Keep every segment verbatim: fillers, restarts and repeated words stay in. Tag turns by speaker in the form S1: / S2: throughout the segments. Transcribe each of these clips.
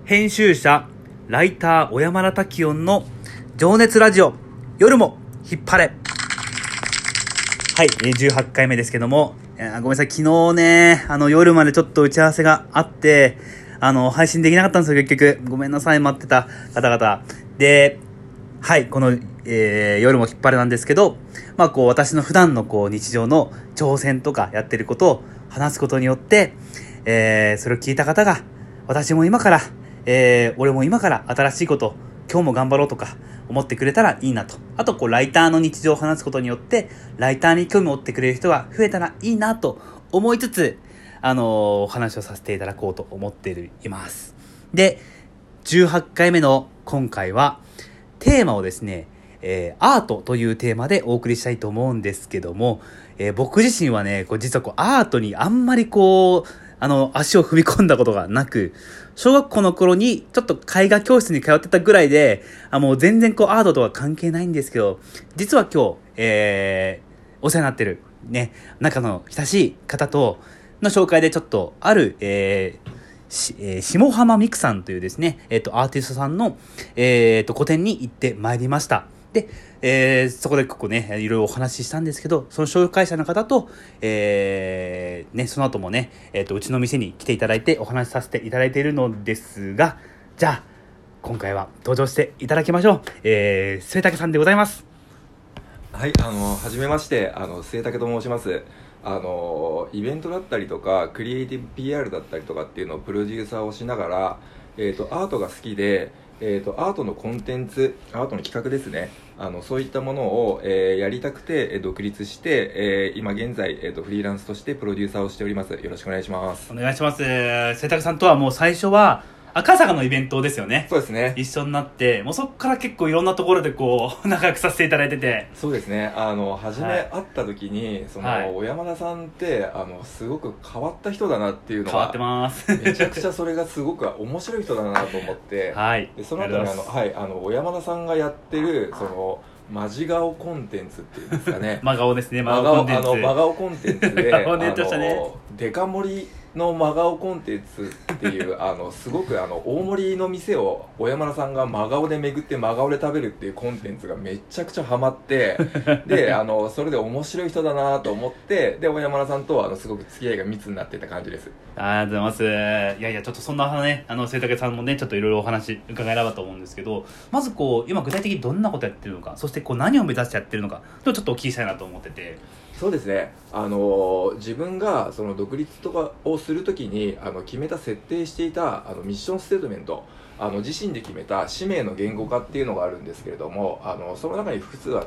S1: 編集者ライター小山田滝音の情熱ラジオ、夜も引っ張れ。はい、じゅうはちかいめですけども、ごめんなさい、昨日ねあの夜までちょっと打ち合わせがあってあの配信できなかったんですよ。結局ごめんなさい、待ってた方々で。はい、この、えー、夜も引っ張れなんですけど、まあこう私の普段のこう日常の挑戦とかやってることを話すことによって、えー、それを聞いた方が私も今から、えー、俺も今から新しいこと今日も頑張ろうとか思ってくれたらいいなと。あとこうライターの日常を話すことによってライターに興味を持ってくれる人が増えたらいいなと思いつつ、あのー、お話をさせていただこうと思っています。で、じゅうはちかいめの今回はテーマをですね、えー、アートというテーマでお送りしたいと思うんですけども、えー、僕自身はね、こう実はこうアートにあんまりこう、あの、足を踏み込んだことがなく、小学校の頃にちょっと絵画教室に通ってたぐらいで、あもう全然こうアートとは関係ないんですけど、実は今日、えー、お世話になってるね、仲の親しい方との紹介でちょっとある、えー、しえー、下浜美久さんというですね、えっと、アーティストさんの、えー、と個展に行ってまいりました。で、えー、そこでここね、いろいろお話ししたんですけど、その紹介者の方と、えー、ね、その後もね、えっと、うちの店に来ていただいてお話しさせていただいているのですが、じゃあ、今回は登場していただきましょう。えー、末竹さんでございます。
S2: はい、あの、はじめまして、あの、末竹と申します。あのイベントだったりとかクリエイティブ ピーアール だったりとかっていうのをプロデューサーをしながら、えーと、アートが好きで、えーと、アートのコンテンツ、アートの企画ですね、あのそういったものを、えー、やりたくて、えー、独立して、えー、今現在、えーと、フリーランスとしてプロデューサーをしております。よろしくお願いします。
S1: お願いします。末竹さんとはもう最初は赤坂のイベントですよね。
S2: そうですね。
S1: 一緒になってもうそこから結構いろんなところでこう仲良くさせていただいてて。
S2: そうですね。あの初め会った時に、はい、その、はい、小山田さんってあのすごく変わった人だなっていうのが
S1: 変わってます
S2: めちゃくちゃそれがすごく面白い人だなと思って
S1: はい
S2: でその後にあの、はい、あの小山田さんがやってるそのマジ顔コンテンツっていうんですかね
S1: 真顔ですね。真顔コンテンツ。
S2: あの真顔コンテンツで
S1: 真顔でやってましたね。
S2: デカ盛りの真顔コンテンツっていうあのすごくあの大盛りの店を小山田さんが真顔で巡って真顔で食べるっていうコンテンツがめちゃくちゃハマってであのそれで面白い人だなと思ってで小山田さんとあのすごく付き合いが密になっていた感じです。
S1: ありがとうございます。いやいやちょっとそんなねあの末竹さんもねちょっといろいろお話伺えればと思うんですけど、まずこう今具体的にどんなことやってるのか、そしてこう何を目指してやってるのかとちょっとお聞きしたいなと思ってて。
S2: そうですね、あの自分がその独立とかをするときにあの決めた設定していたあのミッションステートメント、あの自身で決めた使命の言語化っていうのがあるんですけれども、あのその中に複数あって、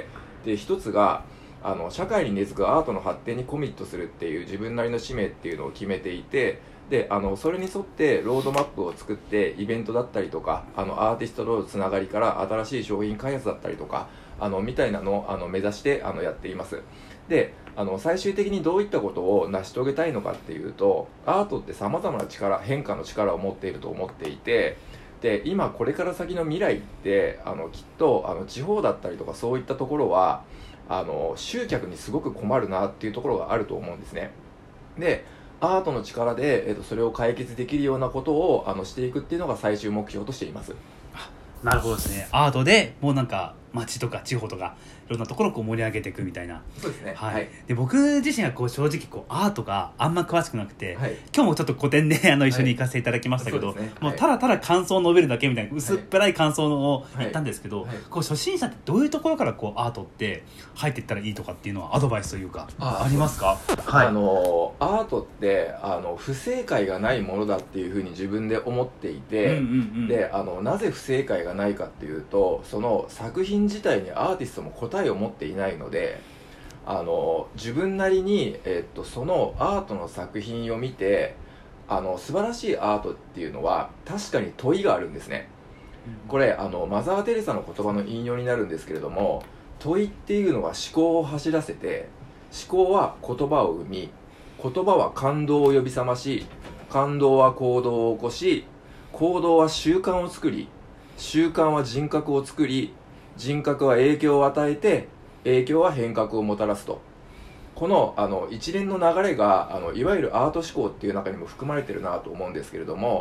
S2: で一つがあの社会に根付くアートの発展にコミットするっていう自分なりの使命っていうのを決めていて、であのそれに沿ってロードマップを作ってイベントだったりとかあのアーティストとのつながりから新しい商品開発だったりとかあのみたいなのをあの目指してあのやっています。であの最終的にどういったことを成し遂げたいのかっていうと、アートってさまざまな力、変化の力を持っていると思っていて、で今これから先の未来ってあのきっとあの地方だったりとかそういったところはあの集客にすごく困るなっていうところがあると思うんですね。でアートの力で、えっと、それを解決できるようなことをあのしていくっていうのが最終目標としています。
S1: なるほどですね。アートでもうなんか街とか地方とかいろんなところをこう盛り上げていくみたいな。
S2: そうですね。
S1: はい。
S2: はい、
S1: で僕自身はこう正直こうアートがあんま詳しくなくて、はい、今日もちょっと個展であの一緒に行かせていただきましたけど、はいね、もうただただ感想を述べるだけみたいな薄っぺらい感想を言ったんですけど、はいはい、こう初心者ってどういうところからこうアートって入っていったらいいとかっていうのはアドバイスというか あ, ありますか？
S2: はい、あのアートってあの不正解がないものだっていうふうに自分で思っていて、うんうんうん、であのなぜ不正解がないかっていうと、その作品自体にアーティストも答えを持っていないので、あの自分なりに、えっと、そのアートの作品を見てあの素晴らしいアートっていうのは確かに問いがあるんですね。これあのマザー・テレサの言葉の引用になるんですけれども、問いっていうのは思考を走らせて、思考は言葉を生み、言葉は感動を呼び覚まし、感動は行動を起こし、行動は習慣を作り、習慣は人格を作り、人格は影響を与えて、影響は変革をもたらすと。このあの一連の流れがあのいわゆるアート思考っていう中にも含まれてるなと思うんですけれども、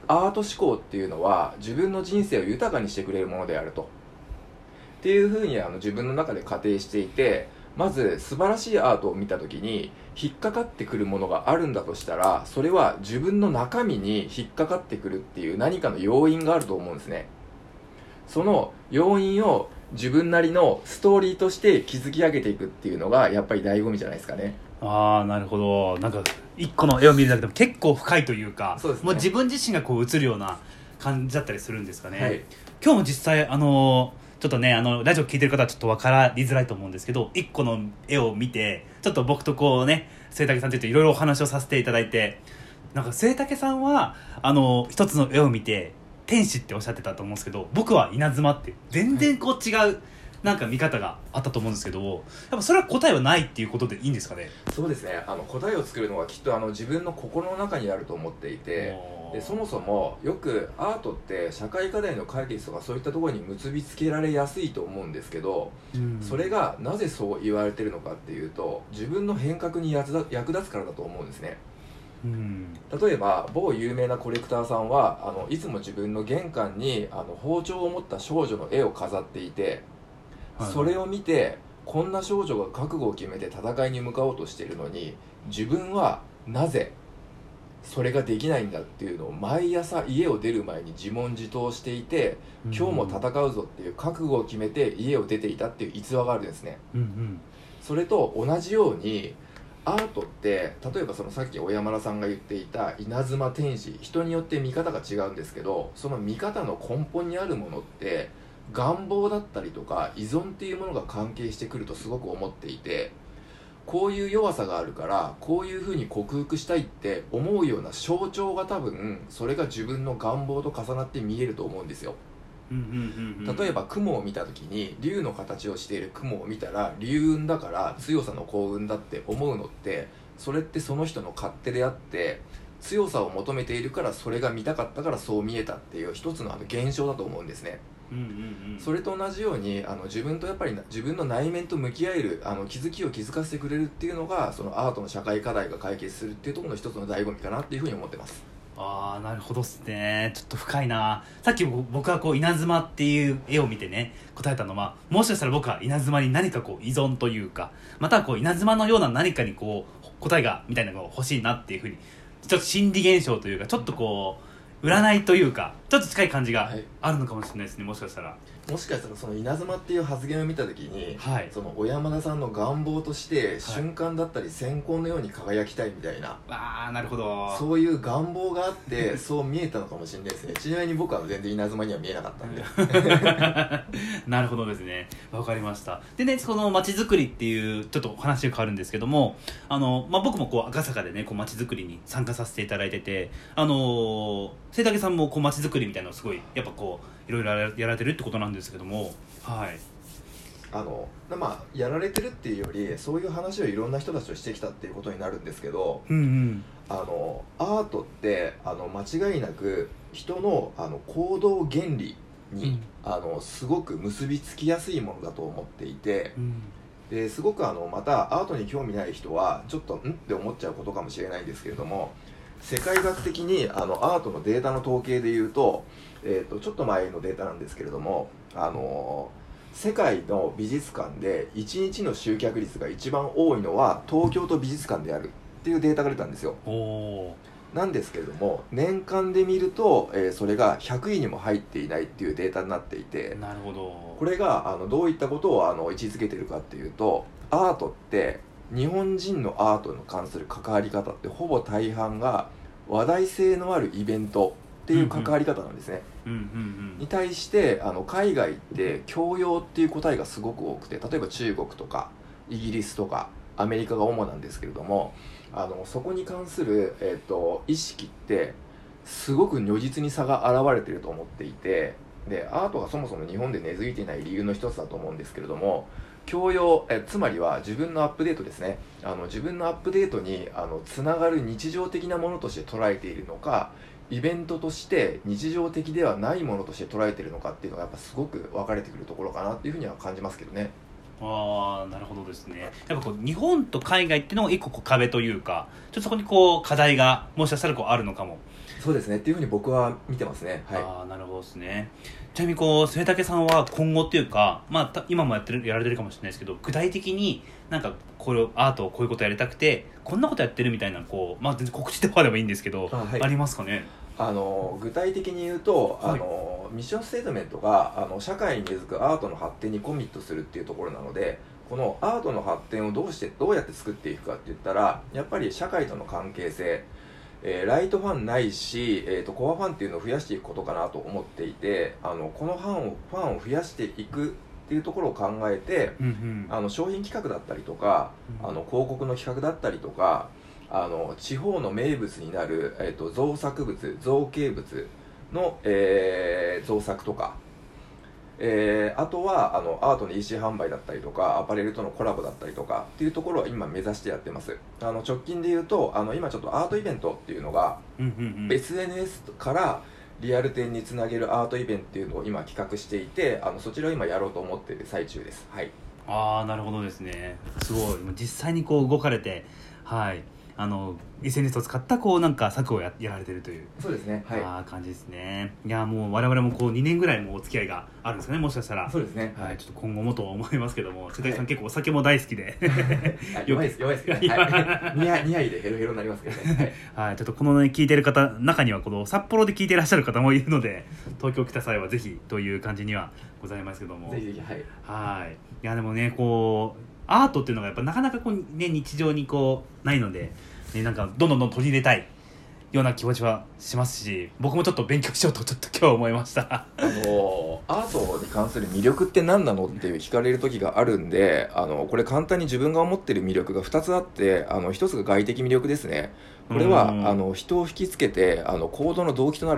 S2: アート思考っていうのは自分の人生を豊かにしてくれるものであるとっていうふうにあの自分の中で仮定していて、まず素晴らしいアートを見た時に引っかかってくるものがあるんだとしたら、それは自分の中身に引っかかってくるっていう何かの要因があると思うんですね。その要因を自分なりのストーリーとして築き上げていくっていうのがやっぱり醍醐味じゃないですかね。
S1: ああ、なるほど。なんか一個の絵を見るだけでも結構深いというか、
S2: そうですね、
S1: もう自分自身がこう映るような感じだったりするんですかね。
S2: はい、
S1: 今日も実際あのーちょっとね、あのラジオ聞いてる方はちょっと分かりづらいと思うんですけど、一個の絵を見てちょっと僕とこうね、末武さんといろいろお話をさせていただいて、なんか末武さんはあの一つの絵を見て天使っておっしゃってたと思うんですけど、僕は稲妻って全然こう違う、はい、なんか見方があったと思うんですけど、やっぱそれは答えはないっていうことでいいんですかね。
S2: そうですね、あの答えを作るのはきっとあの自分の心の中にあると思っていて、でそもそもよくアートって社会課題の解決とかそういったところに結びつけられやすいと思うんですけど、うん、それがなぜそう言われてるのかっていうと、自分の変革に役立つからだと思うんですね。うん、例えば某有名なコレクターさんはあのいつも自分の玄関にあの包丁を持った少女の絵を飾っていて、はい、それを見てこんな少女が覚悟を決めて戦いに向かおうとしているのに、自分はなぜそれができないんだっていうのを毎朝家を出る前に自問自答していて、うん、今日も戦うぞっていう覚悟を決めて家を出ていたっていう逸話があるんですね、うんうん、それと同じようにアートって例えばそのさっき小山田さんが言っていた稲妻天使、人によって見方が違うんですけど、その見方の根本にあるものって願望だったりとか依存っていうものが関係してくるとすごく思っていて、こういう弱さがあるからこういうふうに克服したいって思うような象徴が多分それが自分の願望と重なって見えると思うんですよ。例えば雲を見た時に竜の形をしている雲を見たら龍雲だから強さの幸運だって思うのって、それってその人の勝手であって、強さを求めているからそれが見たかったからそう見えたっていう一つのあの現象だと思うんですね。うんうんうん、それと同じようにあの自分とやっぱり自分の内面と向き合えるあの気づきを気づかせてくれるっていうのが、そのアートの社会課題が解決するっていうところの一つの醍醐味かなっていうふうに思ってます。
S1: ああ、なるほどっすね。ちょっと深いな。さっき僕はこう稲妻っていう絵を見てね答えたのは、もしかしたら僕は稲妻に何かこう依存というか、またはこう稲妻のような何かにこう答えがみたいなのが欲しいなっていうふうに、ちょっと心理現象というかちょっとこう占いというかちょっと近い感じがあるのかもしれないですね、もしかしたら。
S2: もしかしたらその稲妻っていう発言を見た時に、
S1: はい、
S2: その小山田さんの願望として瞬間だったり閃光のように輝きたいみたいな、
S1: あー、なるほど、
S2: そういう願望があってそう見えたのかもしれないですね。ちなみに僕は全然稲妻には見えなかったんで
S1: なるほどですね、わかりました。でね、この街づくりっていうちょっと話が変わるんですけども、あの、まあ、僕もこう赤坂でねこう街づくりに参加させていただいてて、あの末武さんもこう街づくりみたいなのをすごいやっぱこういろいろやられてるってことなんですけども、はい、
S2: あのまあやられてるっていうよりそういう話をいろんな人たちとしてきたっていうことになるんですけど、うんうん、あのアートってあの間違いなく人のあの行動原理に、うん、あのすごく結びつきやすいものだと思っていて、うん、ですごくあのまたアートに興味ない人はちょっとんって思っちゃうことかもしれないんですけれども、世界学的にあのアートのデータの統計でいうと、えーと、ちょっと前のデータなんですけれども、あの世界の美術館でいちにちの集客率が一番多いのは東京都美術館であるっていうデータが出たんですよ。おなんですけれども年間で見ると、えー、それがひゃくいにも入っていないっていうデータになっていて、
S1: なるほど、
S2: これがあのどういったことをあの位置づけているかっていうと、アートって日本人のアートに関する関わり方ってほぼ大半が話題性のあるイベントっていう関わり方なんですね、うんうんうんうん、に対してあの海外って教養っていう答えがすごく多くて、例えば中国とかイギリスとかアメリカが主なんですけれども、あのそこに関する、えーと、意識ってすごく如実に差が現れていると思っていて、でアートがそもそも日本で根付いていない理由の一つだと思うんですけれども、教養えつまりは自分のアップデートですね、あの自分のアップデートにあのつながる日常的なものとして捉えているのか、イベントとして日常的ではないものとして捉えているのかっていうのがやっぱすごく分かれてくるところかなっていうふうには感じますけどね。
S1: ああ、なるほどですね。やっぱこう日本と海外っていうのも一個こう壁というか、ちょっとそこにこう課題がもしかしたらこうあるのかも
S2: そうですねっていうふうに僕は見てますね。はい。
S1: ああ、なるほどですね。ちなみにこう末竹さんは今後っていうか、まあ、た今もやってるやられてるかもしれないですけど、具体的になんかこれアートをこういうことやりたくてこんなことやってるみたいな、こう、まあ、全然告知とかでもいいんですけど、
S2: あ、はい、
S1: ありますかね。
S2: あの具体的に言うと、
S1: はい、
S2: あのミッションステートメントがあの社会に根付くアートの発展にコミットするっていうところなので、このアートの発展をどうしてどうやって作っていくかって言ったら、やっぱり社会との関係性、えーライトファンないし、えー、とコアファンっていうのを増やしていくことかなと思っていて、あのこのファンをファンを増やしていくっていうところを考えて、
S1: うんうん、
S2: あの商品企画だったりとか、
S1: うん、
S2: あの広告の企画だったりとか、あの地方の名物になる、えー、と造作物造形物の、えー造作とか、えーあとはあのアートの イーシー 販売だったりとかアパレルとのコラボだったりとかっていうところを今目指してやってます。あの直近で言うと、あの今ちょっとアートイベントっていうのが、
S1: うんうんうん、
S2: エスエヌエス からリアル店につなげるアートイベントっていうのを今企画していて、あのそちらを今やろうと思っている最中です。はい。
S1: ああ、なるほどですね。すごい実際にこう動かれて、はい、あの エスエヌエス を使ったこうなんか策を や, やられてるという、
S2: そうですね。はい。
S1: あ感じですね。いやもう我々もこうにねんぐらいもお付き合いがあるんですかね、もしかしたら。
S2: そうですね。
S1: はい、ちょっと今後もと思いますけども、瀬谷さん、はい、結構お酒も大好きで
S2: 弱いです弱いですけどね、はい、にはいにはいでヘロヘロになりますけどね、
S1: はい、はい、ちょっとこの、ね、聞いてる方中にはこの札幌で聞いていらっしゃる方もいるので、東京来た際はぜひという感じにはございますけども、
S2: ぜひぜひ、はい、
S1: はい、いやでもね、こうアートっていうのがやっぱなかなかこう、ね、日常にこうないので、ね、なんかどんどんどん取り入れたいような気持ちはしますし、僕もちょっと勉強しようとちょっと今日思いました。
S2: あのアートに関する魅力って何なのっていう聞かれる時があるんで、あのこれ簡単に自分が思ってる魅力がふたつあって、あのひとつが外的魅力ですね。これはあの人を引きつけてあの行動の動機となる